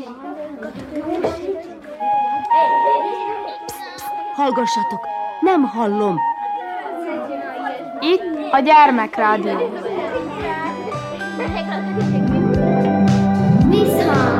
Hallgassatok, nem hallom. Itt a Gyermekrádió. Visszhang.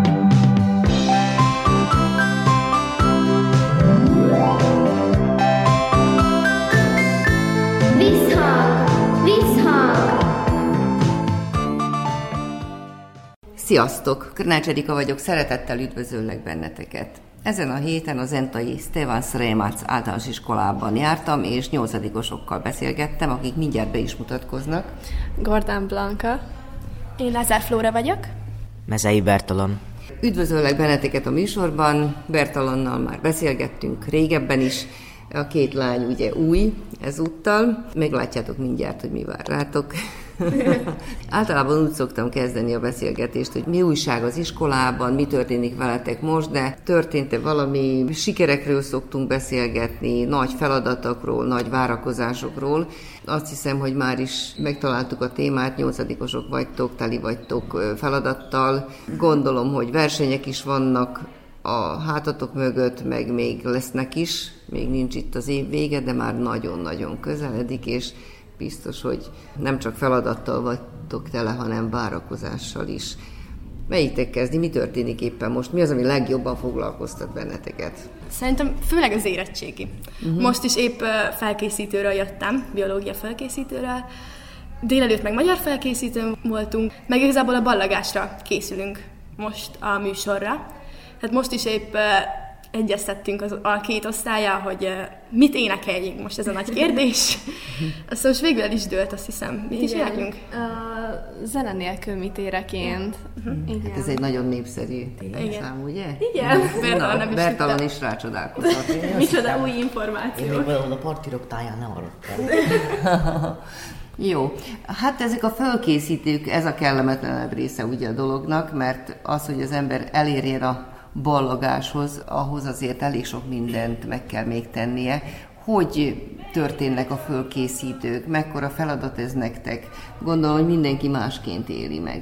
Sziasztok! Krnács Erika vagyok, szeretettel üdvözöllek benneteket. Ezen a héten az Entai Stefan Sremac általános iskolában jártam, és 8-osokkal beszélgettem, akik mindjárt be is mutatkoznak. Gordán Blanka. Én Lázár Flóra vagyok. Mezei Bertalan. Üdvözöllek benneteket a műsorban, Bertalannal már beszélgettünk régebben is, a két lány ugye új ezúttal, meglátjátok mindjárt, hogy mi vár rátok. Általában úgy szoktam kezdeni a beszélgetést, hogy mi újság az iskolában, mi történik veletek most, de történt-e valami, sikerekről szoktunk beszélgetni, nagy feladatokról, nagy várakozásokról. Azt hiszem, hogy már is megtaláltuk a témát, 8-osok vagytok, teli vagytok feladattal. Gondolom, hogy versenyek is vannak a hátatok mögött, meg még lesznek is, még nincs itt az év vége, de már nagyon-nagyon közeledik, és biztos, hogy nem csak feladattal vagytok tele, hanem várakozással is. Melyitek kezdi? Mi történik éppen most? Mi az, ami legjobban foglalkoztat benneteket? Szerintem főleg az érettségi. Most is épp felkészítőről jöttem, biológia felkészítőről. Délelőtt meg magyar felkészítőn voltunk, meg igazából a ballagásra készülünk most a műsorra. Hát most is épp egyeztettünk a két osztállyal, hogy mit énekeljünk, most ez a nagy kérdés. Aztán most végül el is dőlt, azt hiszem. Mit is éneklünk? Zene nélkül mit éreként. Igen. Hát ez egy nagyon népszerű szám, ugye? Igen. Bertalan is rácsodálkozott. Micsoda új információ. Én még valahol a partirok táján nem maradtam. Jó, hát ezek a fölkészítők, ez a kellemetlenebb része ugye a dolognak, mert az, hogy az ember elérjen a ballagáshoz, ahhoz azért elég sok mindent meg kell még tennie. Hogy történnek a fölkészítők? Mekkora feladat ez nektek? Gondolom, hogy mindenki másként éli meg.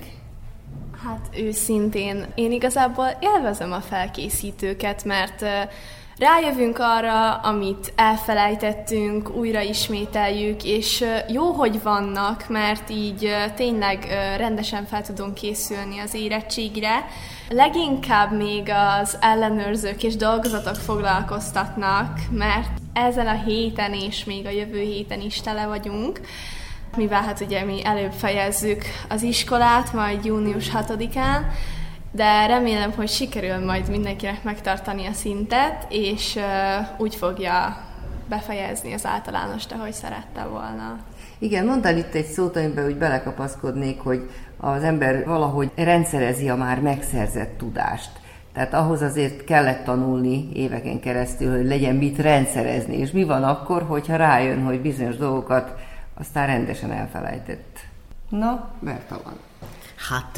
Hát őszintén, én igazából élvezem a felkészítőket, mert rájövünk arra, amit elfelejtettünk, újra ismételjük, és jó, hogy vannak, mert így tényleg rendesen fel tudunk készülni az érettségre. Leginkább még az ellenőrzők és dolgozatok foglalkoztatnak, mert ezen a héten és még a jövő héten is tele vagyunk, mivel hát ugye mi előbb fejezzük az iskolát, majd június 6-án, de remélem, hogy sikerül majd mindenkinek megtartani a szintet, és úgy fogja befejezni az általánost, ahogy szerette volna. Igen, mondtál itt egy szót, amiben úgy belekapaszkodnék, hogy az ember valahogy rendszerezi a már megszerzett tudást. Tehát ahhoz azért kellett tanulni éveken keresztül, hogy legyen mit rendszerezni. És mi van akkor, hogyha rájön, hogy bizonyos dolgokat aztán rendesen elfelejtett? Na, Bertalan. Hát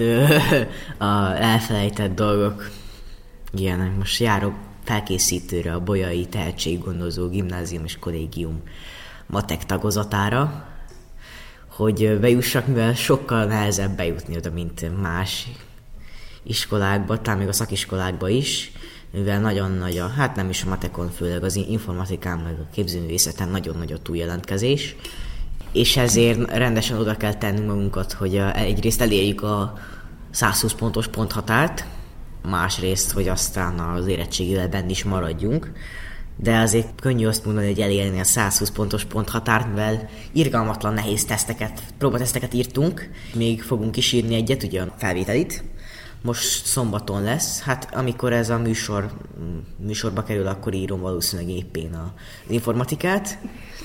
a elfelejtett dolgok ilyenek. Most járok felkészítőre a Bolyai Tehetséggondozó Gimnázium és Kollégium matek tagozatára, hogy bejussak, mivel sokkal nehezebb bejutni oda, mint más iskolákba, talán még a szakiskolákba is, mivel nagyon nagy hát nem is a matekon, főleg az informatikán, meg a képzőművészeten nagyon nagy a túljelentkezés, és ezért rendesen oda kell tennünk magunkat, hogy egyrészt elérjük a 120 pontos ponthatárt, másrészt, hogy aztán az érettségivel benn is maradjunk, de azért könnyű azt mondani, hogy elérni a 120 pontos ponthatárt, mivel irgalmatlan nehéz próbateszteket írtunk, még fogunk is írni egyet, ugye a felvételit. Most szombaton lesz, hát amikor ez a műsorba kerül, akkor írom valószínűleg éppen az informatikát.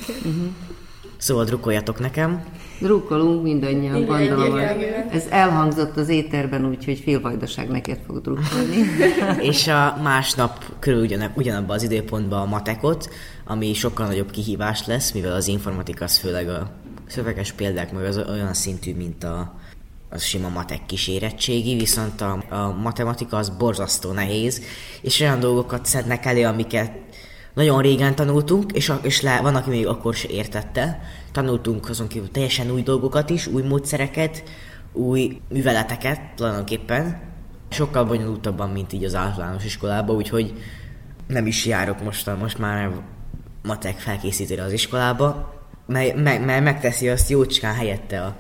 Szóval drukkoljatok nekem. Drukkolunk mindannyian, gondolom. Ez elhangzott az éterben, úgyhogy félvajdaság neked fog drukkolni. És a másnap körül ugyanabban az időpontban a matekot, ami sokkal nagyobb kihívás lesz, mivel az informatika az főleg a szöveges példák, meg az olyan szintű, mint az sima matek kísérettségi, viszont a matematika az borzasztó nehéz, és olyan dolgokat szednek elő, amiket nagyon régen tanultunk, és van, aki még akkor se értette. Tanultunk azon kívül teljesen új dolgokat is, új módszereket, új műveleteket tulajdonképpen, Sokkal bonyolultabban, mint így az általános iskolában, úgyhogy nem is járok most már matek felkészítőre az iskolába, mely megteszi azt jócskán helyette a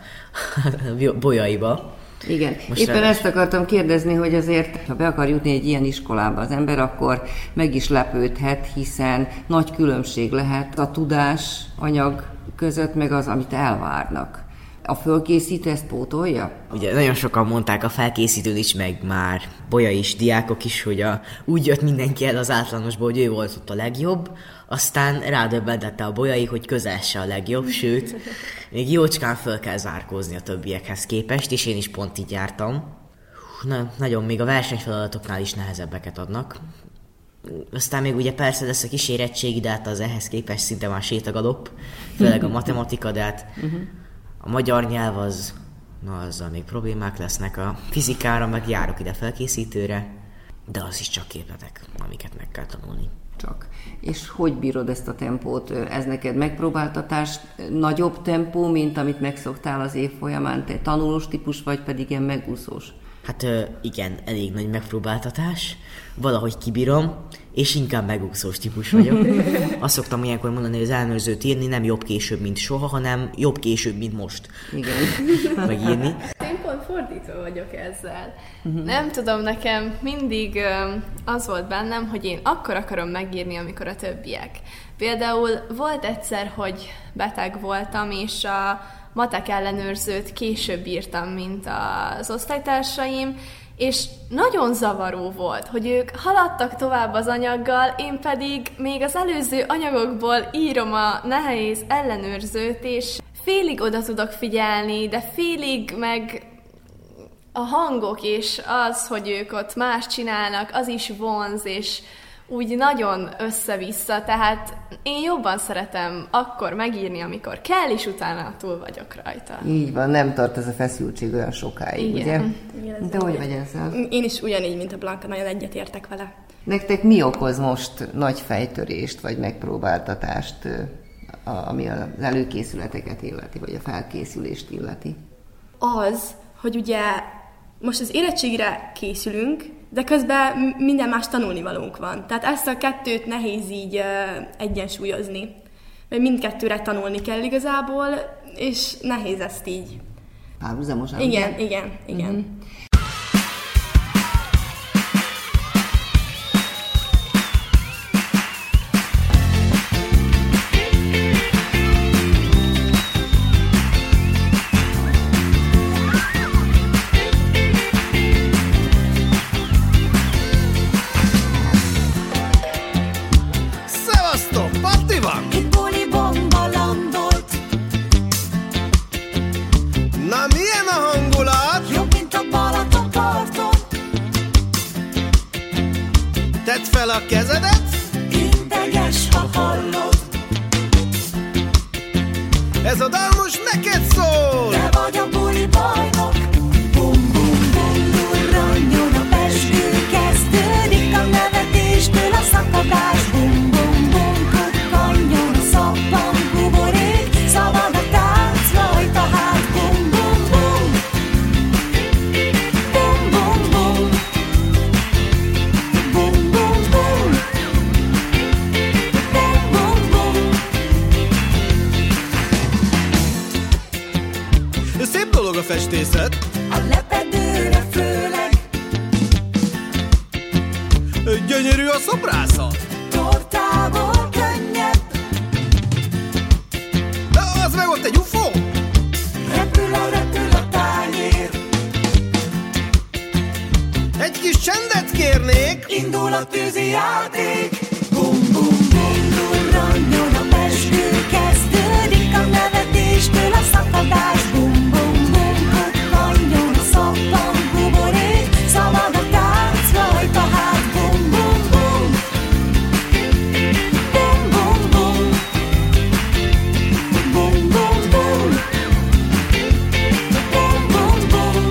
Bolyaiba. Igen, éppen ezt akartam kérdezni, hogy azért, ha be akar jutni egy ilyen iskolába az ember, akkor meg is lepődhet, hiszen nagy különbség lehet a tudás anyag között, meg az, amit elvárnak. A fölkészítő ezt pótolja? Ugye nagyon sokan mondták a felkészítőn is, meg már Bolyai is, diákok is, hogy úgy jött mindenki el az általánosból, hogy ő volt ott a legjobb, aztán rádöbbentette a Bolyai, hogy közel se a legjobb, sőt, még jócskán föl kell zárkózni a többiekhez képest, és én is pont így jártam. Nagyon még a versenyfeladatoknál is nehezebbeket adnak. Aztán még ugye persze lesz a kísérettségi, de hát az ehhez képest szinte már sétagalopp, főleg a matematika, de hát a magyar nyelv azzal még problémák lesznek. A fizikára meg járok ide felkészítőre, de az is csak képletek, amiket meg kell tanulni. Csak. És hogy bírod ezt a tempót? Ez neked megpróbáltatás, nagyobb tempó, mint amit megszoktál az év folyamán? Te tanulós típus vagy, pedig ilyen megúszós? Hát igen, elég nagy megpróbáltatás, valahogy kibírom, és inkább megúszós típus vagyok. Azt szoktam ilyenkor mondani, hogy az ellenőrzőt írni nem jobb később, mint soha, hanem jobb később, mint most. Igen. Megírni. Én pont fordítva vagyok ezzel. Nem tudom, nekem mindig az volt bennem, hogy én akkor akarom megírni, amikor a többiek. Például volt egyszer, hogy beteg voltam, és a matek ellenőrzőt később írtam, mint az osztálytársaim, és nagyon zavaró volt, hogy ők haladtak tovább az anyaggal, én pedig még az előző anyagokból írom a nehéz ellenőrzőt, és félig oda tudok figyelni, de félig meg a hangok és az, hogy ők ott más csinálnak, az is vonz, és úgy nagyon össze-vissza, tehát én jobban szeretem akkor megírni, amikor kell, és utána túl vagyok rajta. Így van, nem tart ez a feszültség olyan sokáig, igen. Ugye? Igen, de hogy vagy ezzel? Én is ugyanígy, mint a Blanka, nagyon egyetértek vele. Nektek mi okoz most nagy fejtörést, vagy megpróbáltatást, ami az előkészületeket illeti, vagy a felkészülést illeti? Az, hogy ugye most az érettségire készülünk, de közben minden más tanulnivalónk van. Tehát ezt a kettőt nehéz így egyensúlyozni. Mert mindkettőre tanulni kell igazából, és nehéz ezt így. Párhuzamosan? Igen, igen, igen. Mm-hmm. Tedd fel a kezedet, integes, ha hallod. Ez a dal most neked szól. Te vagy a buli bajnok. Bum, bum, bum, durranjon a pezsgő. Kezdődik a nevetéstől a szakadás. Bum, bum, bum, kukkanjon a szappan buborék. Szabad a tánc rajta, hát bum, bum, bum. Bum, bum, bum. Bum, bum, bum. Bum, bum, bum. Szép dolog a festészet. A lepedőre főleg. Gyönyörű a szobrászat. Tortából könnyebb. De az meg ott egy UFO. Repül a tányér. Egy kis csendet kérnék. Indul a tűzi játék. Bum, bum, bum, durranjon a pezsgő. Kezdődik a nevetéstől a szakadás. Bum, bum, bum, kukkanjon a szappan buborék. Szabad a tánc rajta, hát bum, bum, bum. Bum, bum, bum. Bum, bum, bum. Bum, bum, bum.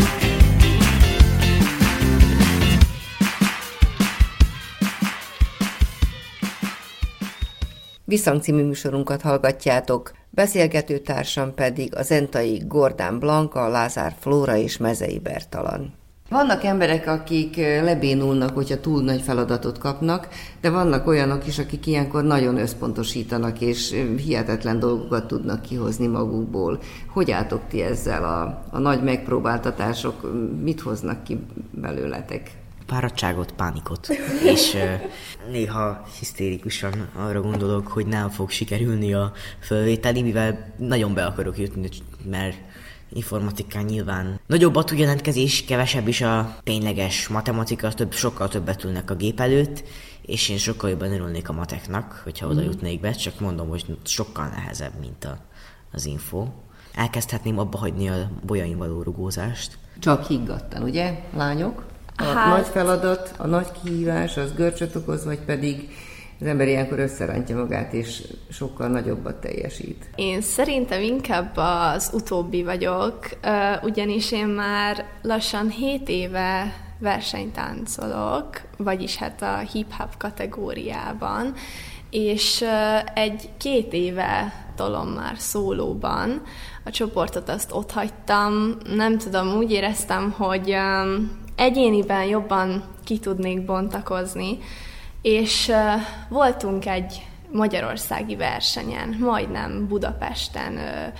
Visszhang című műsorunkat hallgatjátok, beszélgető társam pedig a zentai Gordán Blanka, Lázár Flóra és Mezei Bertalan. Vannak emberek, akik lebénulnak, hogyha túl nagy feladatot kapnak, de vannak olyanok is, akik ilyenkor nagyon összpontosítanak, és hihetetlen dolgokat tudnak kihozni magukból. Hogy álltok ti ezzel? A nagy megpróbáltatások mit hoznak ki belőletek? Fáradtságot, pánikot, és néha hisztérikusan arra gondolok, hogy nem fog sikerülni a fölvételi, mivel nagyon be akarok jutni, mert informatikán nyilván nagyobb a jelentkezés, kevesebb is a tényleges matematika, sokkal többet ülnek a gép előtt, és én sokkal jobban örülnék a mateknak, hogyha oda jutnék be, csak mondom, hogy sokkal nehezebb, mint az info. Elkezdhetném abba hagyni a bolyain való rugózást. Csak higgadtan, ugye, lányok? A nagy feladat, a nagy kihívás, az görcsöt okoz, vagy pedig az ember ilyenkor összerántja magát, és sokkal nagyobbat teljesít? Én szerintem inkább az utóbbi vagyok, ugyanis én már lassan 7 éve versenytáncolok, vagyis hát a hip-hop kategóriában, és 1-2 éve tolom már szólóban. A csoportot azt ott hagytam, nem tudom, úgy éreztem, hogy egyéniben jobban ki tudnék bontakozni, és voltunk egy magyarországi versenyen, majdnem Budapesten,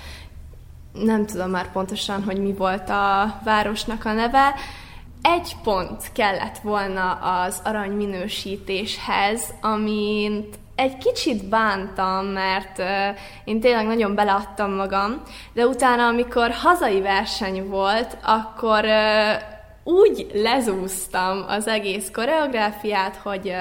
nem tudom már pontosan, hogy mi volt a városnak a neve. 1 pont kellett volna az aranyminősítéshez, amint egy kicsit bántam, mert én tényleg nagyon beleadtam magam, de utána, amikor hazai verseny volt, akkor úgy lezúztam az egész koreográfiát, hogy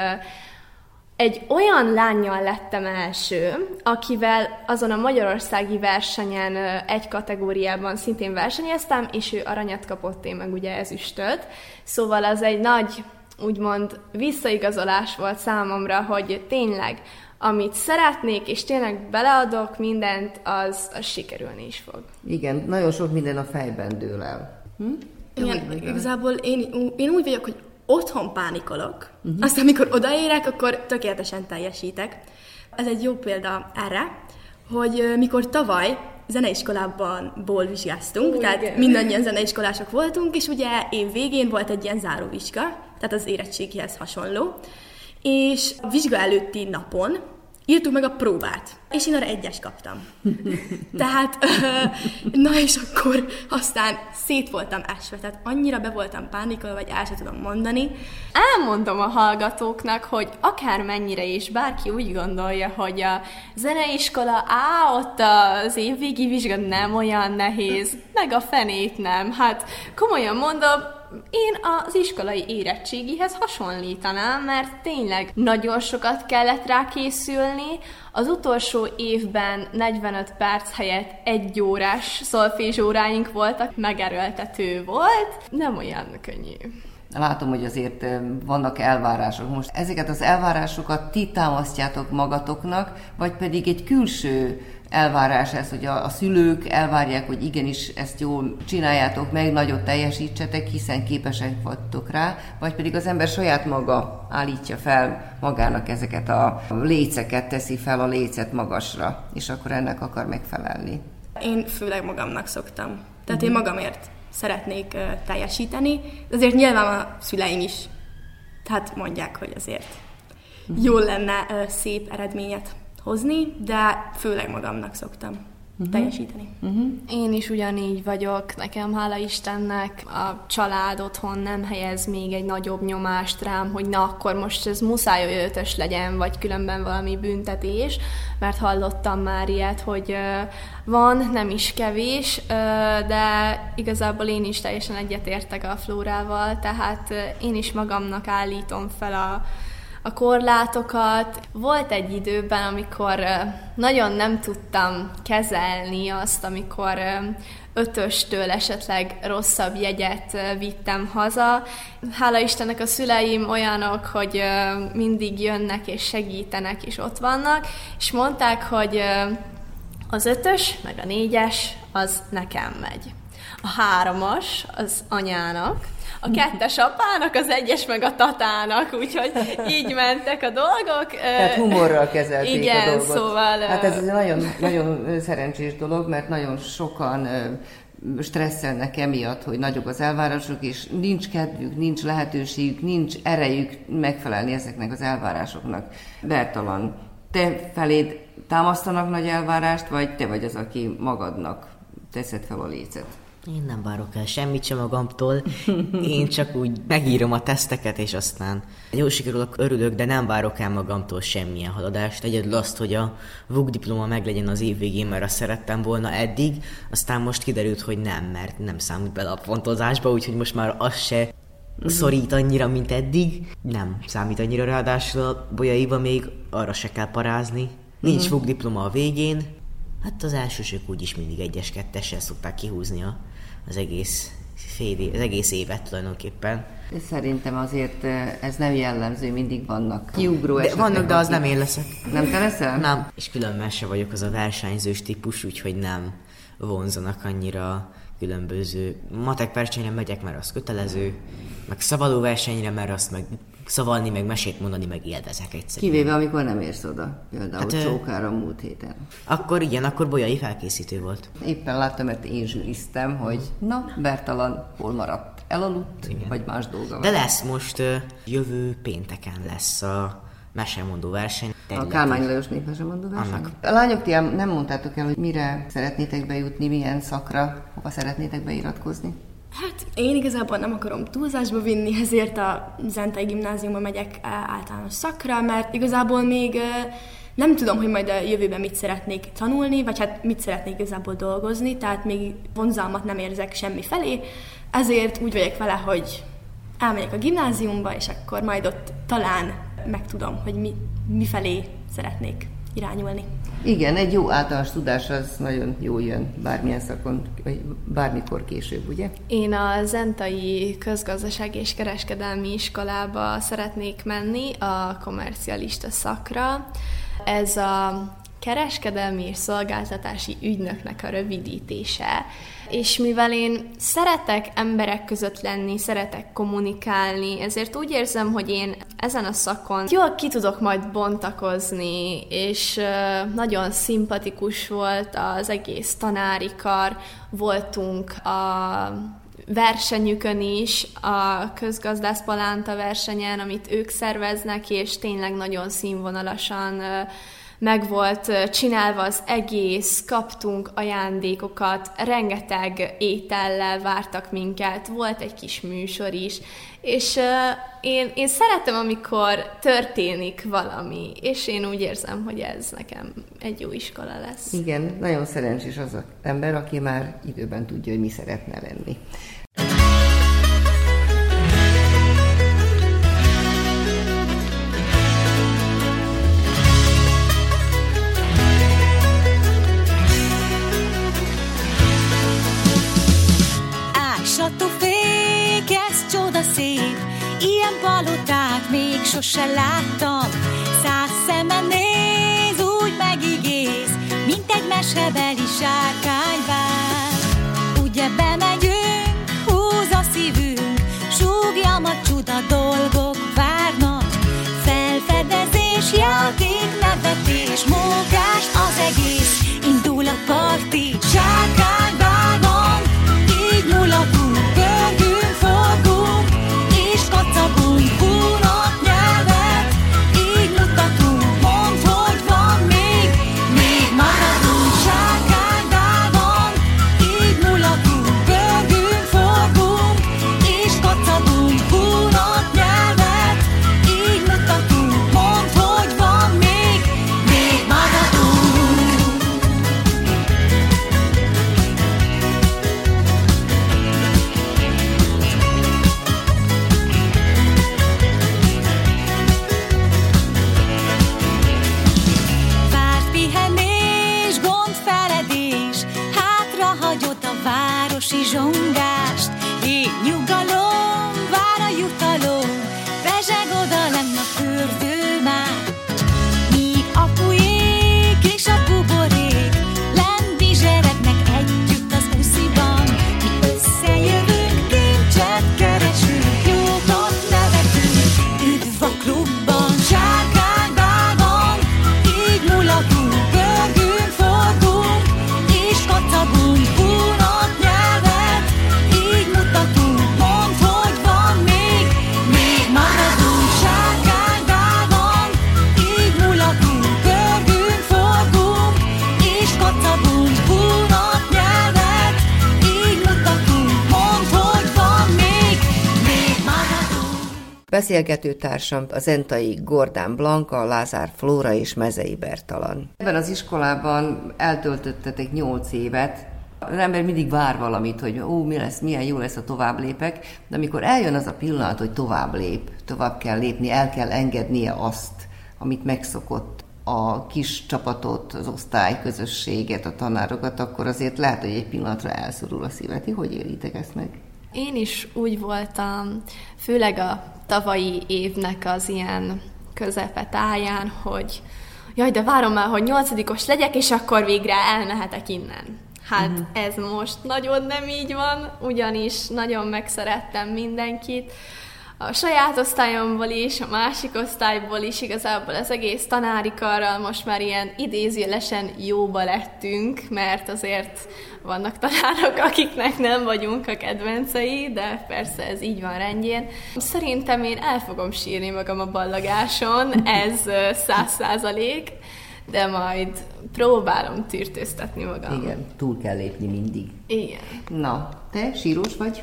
egy olyan lánnyal lettem első, akivel azon a magyarországi versenyen egy kategóriában szintén versenyeztem, és ő aranyat kapott, én meg ugye ezüstöt. Szóval az egy nagy, úgymond visszaigazolás volt számomra, hogy tényleg, amit szeretnék, és tényleg beleadok mindent, az sikerülni is fog. Igen, nagyon sok minden a fejben dől el. Igen, igazából én úgy vagyok, hogy otthon pánikolok, aztán amikor odaérek, akkor tökéletesen teljesítek. Ez egy jó példa erre, hogy mikor tavaly zeneiskolában vizsgáztunk, tehát mindannyian zeneiskolások voltunk, és ugye év végén volt egy ilyen záróvizsga, tehát az érettségihez hasonló, és a vizsga előtti napon írtuk meg a próbát, és én arra 1-es kaptam. Tehát, na és akkor aztán szét voltam esve, tehát annyira be voltam pánikolva, vagy el sem tudom mondani. Elmondom a hallgatóknak, hogy akármennyire is bárki úgy gondolja, hogy a zeneiskola, ott az évvégi vizsga nem olyan nehéz, meg a fenét nem. Hát komolyan mondom, én az iskolai érettségihez hasonlítanám, mert tényleg nagyon sokat kellett rá készülni. Az utolsó évben 45 perc helyett 1 órás szolfézsóráink voltak, megerőltető volt, nem olyan könnyű. Látom, hogy azért vannak elvárások. Most ezeket az elvárásokat ti támasztjátok magatoknak, vagy pedig egy külső elvárás ez, hogy a szülők elvárják, hogy igenis ezt jól csináljátok meg, nagyot teljesítsetek, hiszen képesek vagytok rá, vagy pedig az ember saját maga állítja fel magának ezeket a léceket, teszi fel a lécet magasra, és akkor ennek akar megfelelni. Én főleg magamnak szoktam. Tehát én magamért szeretnék teljesíteni, de azért nyilván a szüleim is tehát mondják, hogy azért jól lenne szép eredményet hozni, de főleg magamnak szoktam teljesíteni. Én is ugyanígy vagyok, nekem hála Istennek a család otthon nem helyez még egy nagyobb nyomást rám, hogy na akkor most ez muszáj, hogy 5-ös legyen, vagy különben valami büntetés, mert hallottam már ilyet, hogy van, nem is kevés, de igazából én is teljesen egyetértek a Flórával, tehát én is magamnak állítom fel a korlátokat. Volt egy időben, amikor nagyon nem tudtam kezelni azt, amikor 5-östől esetleg rosszabb jegyet vittem haza. Hála Istennek a szüleim olyanok, hogy mindig jönnek és segítenek, és ott vannak, és mondták, hogy az 5-ös, meg a 4-es, az nekem megy. A 3-as az anyának, a 2-es apának, az 1-es meg a tatának, úgyhogy így mentek a dolgok. Tehát humorral kezelték a dolgot. Szóval... Hát ez egy nagyon, nagyon szerencsés dolog, mert nagyon sokan stresszelnek emiatt, hogy nagyok az elvárások, és nincs kedvük, nincs lehetőségük, nincs erejük megfelelni ezeknek az elvárásoknak. Bertalan, te feléd támasztanak nagy elvárást, vagy te vagy az, aki magadnak teszed fel a lécet? Én nem várok el semmit sem magamtól, én csak úgy megírom a teszteket, és aztán jó sikerülök, örülök, de nem várok el magamtól semmilyen haladást. Egyedül azt, hogy a VUK diploma meglegyen az év végén, mert azt szerettem volna eddig, aztán most kiderült, hogy nem, mert nem számít bele a pontozásba, úgyhogy most már az se szorít annyira, mint eddig. Nem számít annyira, ráadásul a Bolyaiba még arra se kell parázni. Nincs VUK diploma a végén. Hát az elsősök úgyis mindig 1-2-essel szokták kihúzni az egész évet tulajdonképpen. Szerintem azért ez nem jellemző, mindig vannak kiugró esetek. Vannak, de az nem én leszek. Nem te leszel? Nem. És különben se vagyok az a versenyzős típus, úgyhogy nem vonzanak annyira különböző. Matek versenyre megyek, mert az kötelező, meg szavaló versenyre, mert azt meg szavalni, meg mesét mondani, meg élvezek egyszerűen. Kivéve, amikor nem érsz oda, például Csókára múlt héten. Akkor Bolyai felkészítő volt. Éppen láttam, mert én zsűriztem, hogy na, Bertalan hol maradt? Elaludt, igen, vagy más dolga van? De lesz most, jövő pénteken lesz a mesemondó verseny. A Kálmán Lajos népmesemondó verseny? Annak. A lányok, ti nem mondtátok el, hogy mire szeretnétek bejutni, milyen szakra, hova szeretnétek beiratkozni? Hát én igazából nem akarom túlzásba vinni, ezért a Zentai Gimnáziumba megyek általános szakra, mert igazából még nem tudom, hogy majd a jövőben mit szeretnék tanulni, vagy hát mit szeretnék igazából dolgozni, tehát még vonzalmat nem érzek semmi felé, ezért úgy vagyok vele, hogy elmegyek a gimnáziumba, és akkor majd ott talán megtudom, hogy mi felé szeretnék irányulni. Igen, egy jó általános tudás az nagyon jól jön bármilyen szakon, vagy bármikor később, ugye? Én a Zentai Közgazdasági és Kereskedelmi Iskolába szeretnék menni, a kommercialista szakra. Ez a kereskedelmi és szolgáltatási ügynöknek a rövidítése, és mivel én szeretek emberek között lenni, szeretek kommunikálni, ezért úgy érzem, hogy én ezen a szakon jól ki tudok majd bontakozni, és nagyon szimpatikus volt az egész tanári kar, voltunk a versenyükön is, a közgazdász palánta versenyen, amit ők szerveznek, és tényleg nagyon színvonalasan meg volt csinálva az egész, kaptunk ajándékokat, rengeteg étellel vártak minket, volt egy kis műsor is, és én szeretem, amikor történik valami, és én úgy érzem, hogy ez nekem egy jó iskola lesz. Igen, nagyon szerencsés az az ember, aki már időben tudja, hogy mi szeretne lenni. Satufék, ez csoda szép, ilyen palotát még sose láttam. 100 szeme néz, úgy megigéz, mint egy mesebeli sárkányvár. Ugye bemegyünk, húz a szívünk, súgjam a csuda dolgok várnak. Felfedezés, játék, nevetés, mókás az egész, indul a parti, sárkányvárban, így mulatunk, pörgünk, forgunk, és kacagunk, unott nyelvet, így mutatunk, mondd, hogy van még maradunk, sárkánydában, így mulatunk, pörgünk, forgunk, és kacagunk, unott nyelvet, így mutatunk, mondd, hogy van még Beszélgető társam a zentai Gordán Blanka, Lázár Flóra és Mezei Bertalan. Ebben az iskolában eltöltöttetek 8 évet. Az ember mindig vár valamit, hogy mi lesz, milyen jó lesz, ha tovább lépek, de amikor eljön az a pillanat, hogy tovább lép, tovább kell lépni, el kell engednie azt, amit megszokott, a kis csapatot, az osztályközösséget, a tanárokat, akkor azért lehet, hogy egy pillanatra elszorul a szíve. Ti hogy élitek ezt meg? Én is úgy voltam, főleg a tavalyi évnek az ilyen közepetáján, hogy jaj, de várom már, hogy 8-os legyek, és akkor végre elmehetek innen. Hát ez most nagyon nem így van, ugyanis nagyon megszerettem mindenkit. A saját osztályomból is, a másik osztályból is, igazából az egész tanári karral most már ilyen idézőjelesen jóba lettünk, mert azért vannak tanárok, akiknek nem vagyunk a kedvencei, de persze ez így van rendjén. Szerintem én el fogom sírni magam a ballagáson, ez 100%, de majd próbálom tűrtőztetni magam. Igen, túl kell lépni mindig. Igen. Na, te sírós vagy?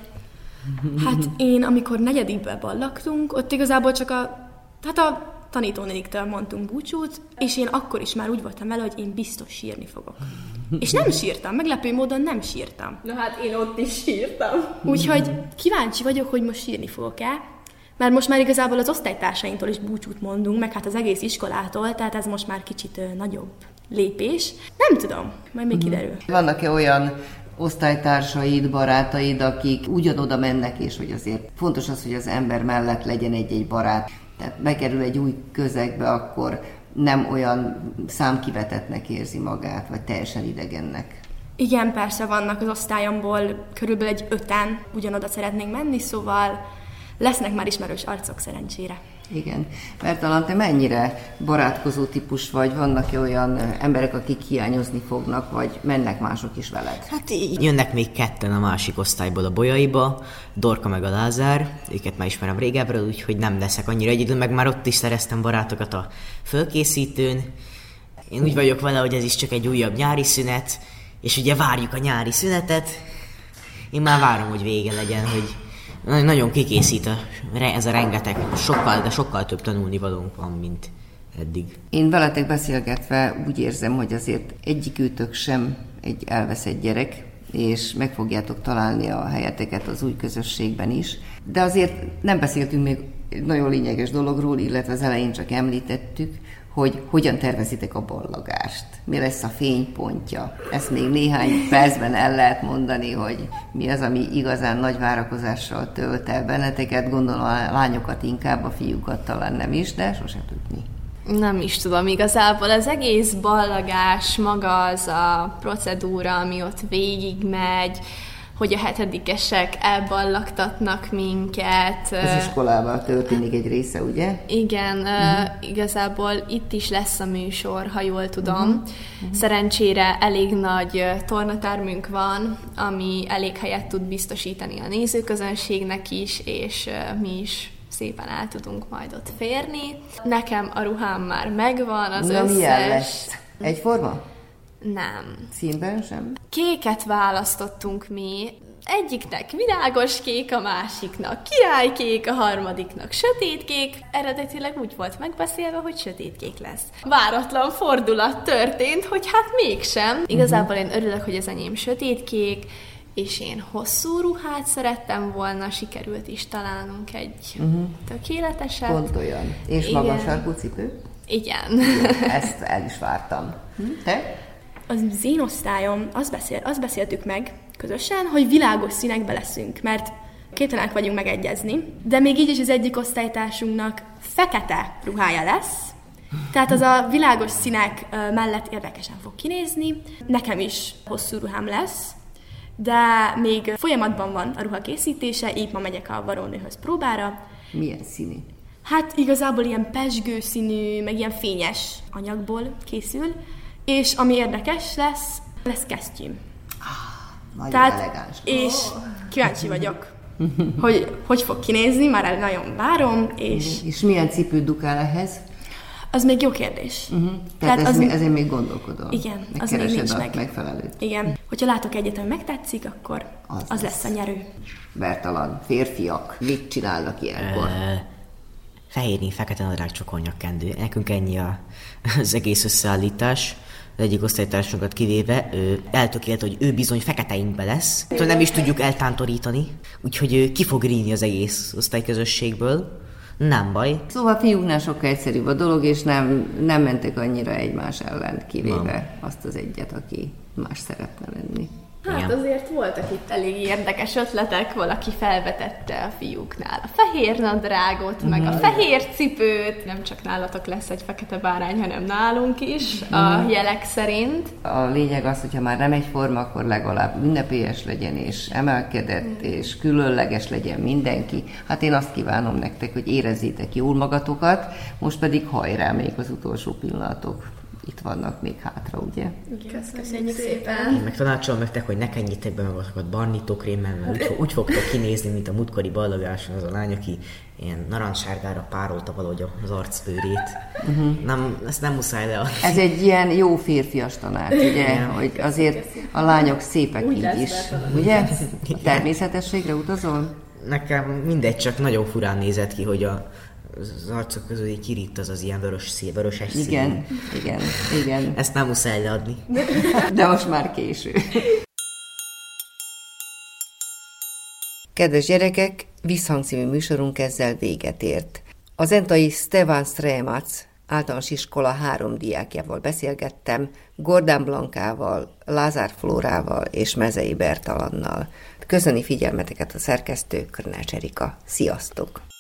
Hát én, amikor negyedikbe ballagtunk, ott igazából csak a tanítónéniktől mondtunk búcsút, és én akkor is már úgy voltam vele, hogy én biztos sírni fogok. És nem sírtam, meglepő módon nem sírtam. Na hát én ott is sírtam. Úgyhogy kíváncsi vagyok, hogy most sírni fogok-e, mert most már igazából az osztálytársainktól is búcsút mondunk, meg hát az egész iskolától, tehát ez most már kicsit nagyobb lépés. Nem tudom, majd még kiderül. Vannak-e olyan osztálytársaid, barátaid, akik ugyanoda mennek, és hogy azért fontos az, hogy az ember mellett legyen egy-egy barát. Tehát bekerül egy új közegbe, akkor nem olyan számkivetettnek érzi magát, vagy teljesen idegennek. Igen, persze vannak az osztályomból, körülbelül egy 5-en ugyanoda szeretnénk menni, szóval lesznek már ismerős arcok szerencsére. Igen. Bertalan, te mennyire barátkozó típus vagy? Vannak-e olyan emberek, akik hiányozni fognak, vagy mennek mások is veled? Hát így jönnek még ketten a másik osztályból a Bolyaiba, Dorka meg a Lázár, őket már ismerem régebről, úgyhogy nem leszek annyira egyedül, meg már ott is szereztem barátokat a fölkészítőn. Én úgy vagyok vele, hogy ez is csak egy újabb nyári szünet, és ugye várjuk a nyári szünetet. Én már várom, hogy vége legyen, hogy nagyon kikészít ez a rengeteg, sokkal több tanulnivalónk van, mint eddig. Én veletek beszélgetve úgy érzem, hogy azért egyikőtök sem egy elveszett gyerek, és meg fogjátok találni a helyeteket az új közösségben is. De azért nem beszéltünk még egy nagyon lényeges dologról, illetve az elején csak említettük, hogy hogyan tervezitek a ballagást. Mi lesz a fénypontja? Ezt még néhány percben el lehet mondani, hogy mi az, ami igazán nagy várakozással tölt el benneteket. Gondolom a lányokat inkább, a fiúkat talán nem is, de sose tudni. Nem is tudom, igazából az egész ballagás, maga az a procedúra, ami ott végigmegy, hogy a 7-esek elballagtatnak minket. Az iskolában történik egy része, ugye? Igen, igazából itt is lesz a műsor, ha jól tudom. Szerencsére elég nagy tornatermünk van, ami elég helyet tud biztosítani a nézőközönségnek is, és mi is szépen el tudunk majd ott férni. Nekem a ruhám már megvan, az összes... milyen lesz? Egyforma? Nem. Színben sem? Kéket választottunk mi. Egyiknek világos kék, a másiknak királykék, a harmadiknak sötétkék. Eredetileg úgy volt megbeszélve, hogy sötétkék lesz. Váratlan fordulat történt, hogy hát mégsem. Igazából én örülök, hogy az enyém sötétkék, és én hosszú ruhát szerettem volna, sikerült is találnunk egy tökéleteset. Pont olyan. És magas sarkú cipő? Igen. Ezt el is vártam. Te? Az én osztályom, azt beszéltük meg közösen, hogy világos színekbe leszünk, mert képtelenek vagyunk megegyezni, de még így is az egyik osztálytársunknak fekete ruhája lesz, tehát az a világos színek mellett érdekesen fog kinézni. Nekem is hosszú ruhám lesz, de még folyamatban van a ruha készítése, épp ma megyek a varónőhöz próbára. Milyen színű? Hát igazából ilyen pezsgő színű, meg ilyen fényes anyagból készül, és ami érdekes lesz kesztyűm. Nagyon elegáns. És kíváncsi vagyok, hogy fog kinézni, már nagyon várom, És milyen cipőt dukál ehhez? Az még jó kérdés. Tehát ezért még gondolkodom. Igen, az még nincs meg. Megfelelőt. Igen, hogyha látok egyet, ami megtetszik, akkor az lesz a nyerő. Bertalan, férfiak, mit csinálnak ilyenkor? fehér, fekete nadrág, csokornyakkendő. Nekünk ennyi az egész összeállítás. Az egyik osztálytársunkat kivéve, eltökélt, hogy ő bizony feketeinkbe lesz. Nem is tudjuk eltántorítani, úgyhogy ki fog rínni az egész osztályközösségből. Nem baj. Szóval fiúknál sokkal egyszerűbb a dolog, és nem mentek annyira egymás ellen, kivéve azt az egyet, aki más szeretne lenni. Hát Igen. azért voltak itt elég érdekes ötletek, valaki felvetette a fiúknál a fehér nadrágot, meg a fehér cipőt. Nem csak nálatok lesz egy fekete bárány, hanem nálunk is, a jelek szerint. A lényeg az, hogyha már nem egyforma, akkor legalább ünnepélyes legyen, és emelkedett, és különleges legyen mindenki. Hát én azt kívánom nektek, hogy érezzétek jól magatokat, most pedig hajrá, még az utolsó pillanatok. Itt vannak még hátra, ugye? Köszönjük szépen! Én meg tanácsolom nektek, hogy ne kenjétek be magatokat barnítókrémmel, mert úgy fogtok kinézni, mint a múltkori ballagáson az a lány, aki ilyen narancssárgára párolta valahogy az arcbőrét. Nem, ezt nem muszáj leadni. Ez egy ilyen jó férfias tanács, ugye? Hogy azért a lányok szépek így is, ugye? A természetességre utazol? Nekem mindegy, csak nagyon furán nézett ki, hogy az arcok közül így kiritt az ilyen vöröses szín. Igen. Ezt nem muszáj leadni. De most már késő. Kedves gyerekek, Visszhang című műsorunk ezzel véget ért. A zentai Stefan Stremac általános iskola 3 diákjával beszélgettem, Gordán Blankával, Lázár Flórával és Mezei Bertalannal. Köszöni figyelmeteket a szerkesztő, Körnács Erika. Sziasztok!